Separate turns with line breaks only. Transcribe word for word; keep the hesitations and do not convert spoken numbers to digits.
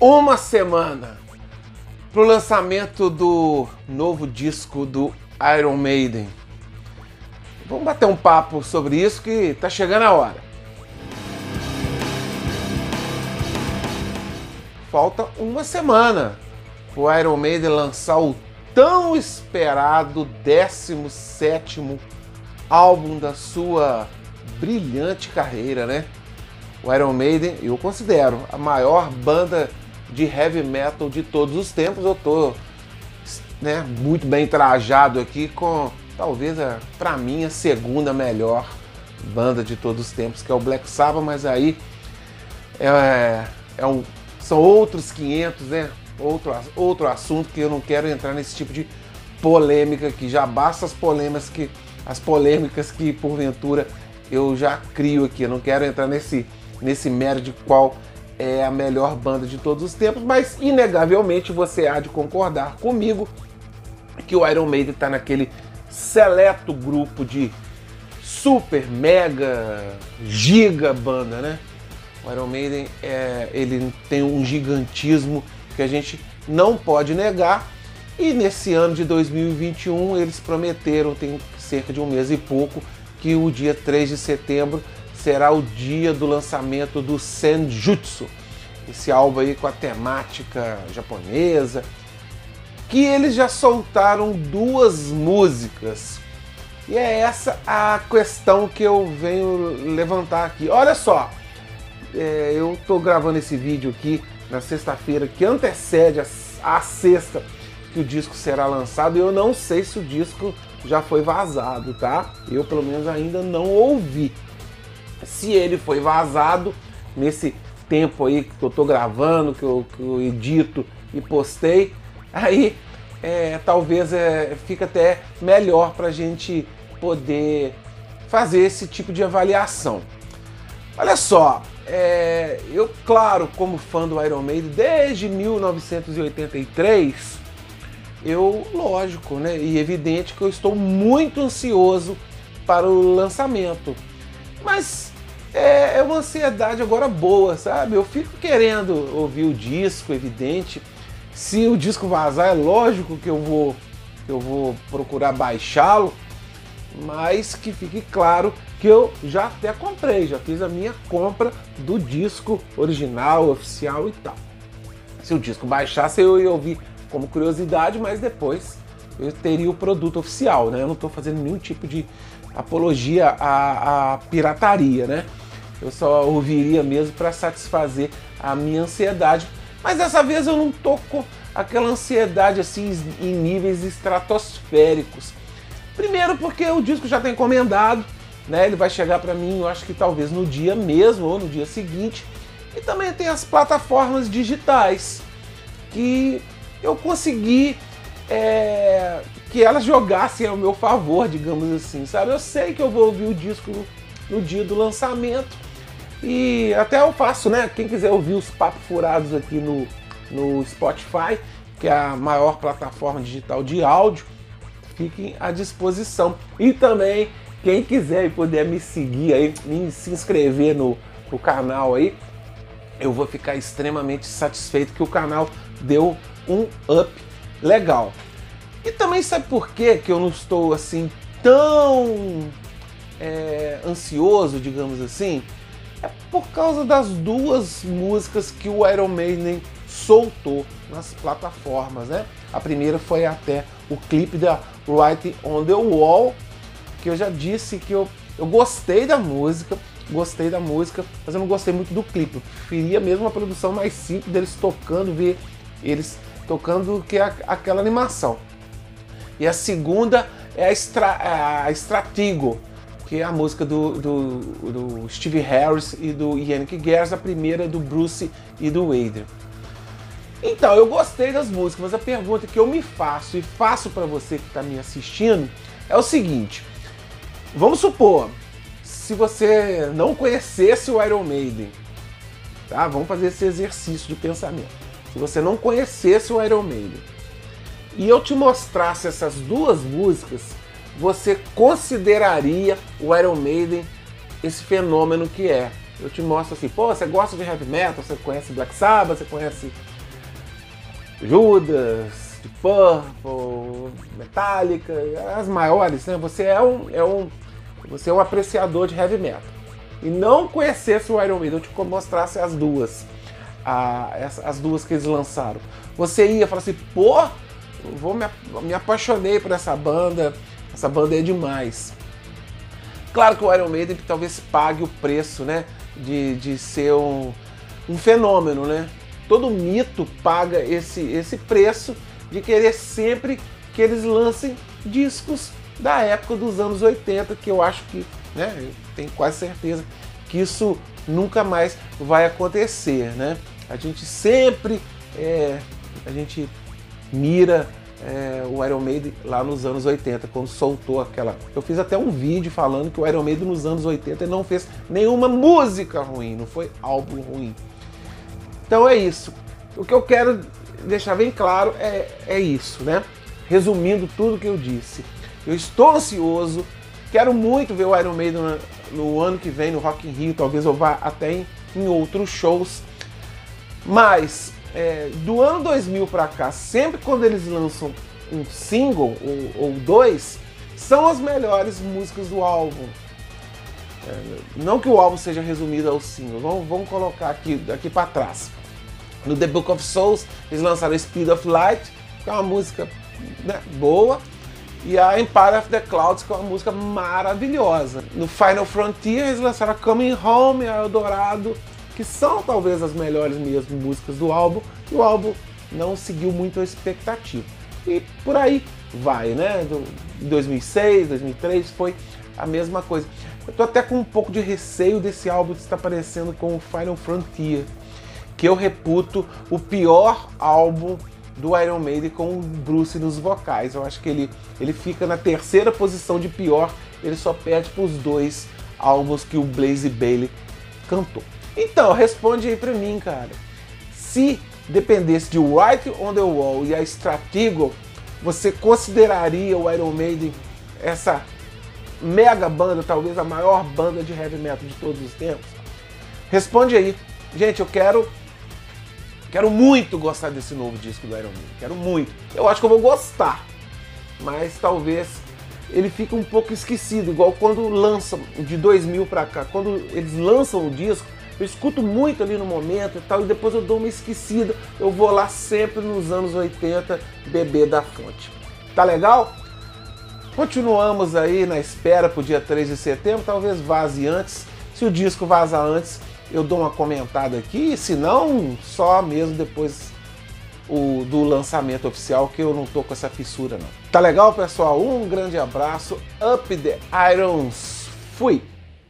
uma semana para o lançamento do novo disco do Iron Maiden. Vamos bater um papo sobre isso que tá chegando a hora. Falta uma semana para o Iron Maiden lançar o tão esperado décimo sétimo álbum da sua brilhante carreira, né? O Iron Maiden, eu considero a maior banda de heavy metal de todos os tempos. Eu tô, né, muito bem trajado aqui com, talvez, a, pra mim, a segunda melhor banda de todos os tempos, que é o Black Sabbath, mas aí é, é um, são outros quinhentos, né? Outro, outro assunto que eu não quero entrar nesse tipo de polêmica aqui. Já basta as polêmicas que, as polêmicas que porventura eu já crio aqui. Eu não quero entrar nesse, nesse mérito de qual é a melhor banda de todos os tempos, mas inegavelmente você há de concordar comigo que o Iron Maiden está naquele seleto grupo de super, mega, giga banda, né? O Iron Maiden é, ele tem um gigantismo que a gente não pode negar, e nesse ano de dois mil e vinte e um eles prometeram, tem cerca de um mês e pouco, que o dia três de setembro será o dia do lançamento do Senjutsu, esse álbum aí com a temática japonesa, que eles já soltaram duas músicas, e é essa a questão que eu venho levantar aqui. Olha só, é, eu tô gravando esse vídeo aqui na sexta-feira que antecede a, a sexta que o disco será lançado, e eu não sei se o disco já foi vazado, tá? Eu pelo menos ainda não ouvi. Se ele foi vazado nesse tempo aí que eu tô gravando, que eu, que eu edito e postei, aí é, talvez é, fica até melhor pra gente poder fazer esse tipo de avaliação. Olha só, é, eu, claro, como fã do Iron Maiden desde mil novecentos e oitenta e três, eu, lógico, né, e evidente que eu estou muito ansioso para o lançamento. Mas é, é uma ansiedade agora boa, sabe? Eu fico querendo ouvir o disco, evidente. Se o disco vazar, é lógico que eu vou, que eu vou procurar baixá-lo, mas que fique claro que eu já até comprei, já fiz a minha compra do disco original, oficial e tal. Se o disco baixasse, eu ia ouvir como curiosidade, mas depois eu teria o produto oficial, né? Eu não estou fazendo nenhum tipo de apologia à, à pirataria, né? Eu só ouviria mesmo para satisfazer a minha ansiedade, mas dessa vez eu não estou com aquela ansiedade assim em níveis estratosféricos. Primeiro porque o disco já está encomendado, né? Ele vai chegar para mim, eu acho que talvez no dia mesmo ou no dia seguinte. E também tem as plataformas digitais que eu consegui é, que elas jogassem ao meu favor, digamos assim, sabe? Eu sei que eu vou ouvir o disco no, no dia do lançamento, e até eu faço, né? Quem quiser ouvir os papos furados aqui no, no Spotify, que é a maior plataforma digital de áudio, fiquem à disposição. E também, quem quiser e puder me seguir aí, me se inscrever no, no canal aí, eu vou ficar extremamente satisfeito que o canal deu um up legal. E também sabe por quê que eu não estou assim tão é, ansioso, digamos assim? É por causa das duas músicas que o Iron Maiden soltou nas plataformas, né? A primeira foi até o clipe da Writing on the Wall, que eu já disse que eu, eu gostei da música, gostei da música, mas eu não gostei muito do clipe. Eu preferia mesmo uma produção mais simples deles tocando, ver eles tocando do que a, aquela animação. E a segunda é a, Stra, a Stratego, que é a música do, do, do Steve Harris e do Yannick Gers, a primeira do Bruce e do Adrian. Então, eu gostei das músicas, mas a pergunta que eu me faço e faço para você que está me assistindo é o seguinte: vamos supor, se você não conhecesse o Iron Maiden, tá? Vamos fazer esse exercício de pensamento. Se você não conhecesse o Iron Maiden e eu te mostrasse essas duas músicas, você consideraria o Iron Maiden esse fenômeno que é? Eu te mostro assim, pô, você gosta de heavy metal, você conhece Black Sabbath, você conhece Judas, de Purple, Metallica, as maiores, né? Você é um, é um, você é um apreciador de heavy metal. E não conhecesse o Iron Maiden, eu te mostrasse as duas, a, as duas que eles lançaram. Você ia falar assim, pô, eu vou me, me apaixonei por essa banda, essa banda é demais. Claro que o Iron Maiden talvez pague o preço, né, de, de ser um, um fenômeno, né? Todo mito paga esse, esse preço de querer sempre que eles lancem discos da época dos anos oitenta, que eu acho que, né, eu tenho quase certeza que isso nunca mais vai acontecer, né? A gente sempre, é, a gente mira é, o Iron Maiden lá nos anos oitenta, quando soltou aquela... Eu fiz até um vídeo falando que o Iron Maiden nos anos oitenta não fez nenhuma música ruim, não foi álbum ruim. Então é isso. O que eu quero deixar bem claro é, é isso, né? Resumindo tudo que eu disse. Eu estou ansioso, quero muito ver o Iron Maiden no, no ano que vem no Rock in Rio, talvez eu vá até em, em outros shows. Mas é, do ano dois mil pra cá, sempre quando eles lançam um single ou, ou dois, são as melhores músicas do álbum. É, não que o álbum seja resumido ao single, vamos, vamos colocar aqui, aqui para trás. No The Book of Souls, eles lançaram Speed of Light, que é uma música, né, boa, e a Empire of the Clouds, que é uma música maravilhosa. No Final Frontier, eles lançaram Coming Home, a Eldorado, que são talvez as melhores mesmo músicas do álbum, e o álbum não seguiu muito a expectativa. E por aí vai, né? Em dois mil e seis, dois mil e três foi a mesma coisa. Eu tô até com um pouco de receio desse álbum estar parecendo com o Final Frontier, que eu reputo o pior álbum do Iron Maiden com o Bruce nos vocais. Eu acho que ele, ele fica na terceira posição de pior, ele só perde para os dois álbuns que o Blaze Bayley cantou. Então, responde aí pra mim, cara. Se dependesse de Write on the Wall e a Stratego, você consideraria o Iron Maiden essa mega banda, talvez a maior banda de heavy metal de todos os tempos? Responde aí. Gente, eu quero quero muito gostar desse novo disco do Iron Maiden. Quero muito. Eu acho que eu vou gostar, mas talvez ele fique um pouco esquecido, igual quando lançam, de dois mil pra cá, quando eles lançam o disco, eu escuto muito ali no momento e tal, e depois eu dou uma esquecida, eu vou lá sempre nos anos oitenta beber da fonte. Tá legal? Continuamos aí na espera pro dia três de setembro, talvez vaze antes. Se o disco vazar antes, eu dou uma comentada aqui, se não, só mesmo depois o, do lançamento oficial, que eu não tô com essa fissura não. Tá legal, pessoal? Um grande abraço, Up the Irons, fui!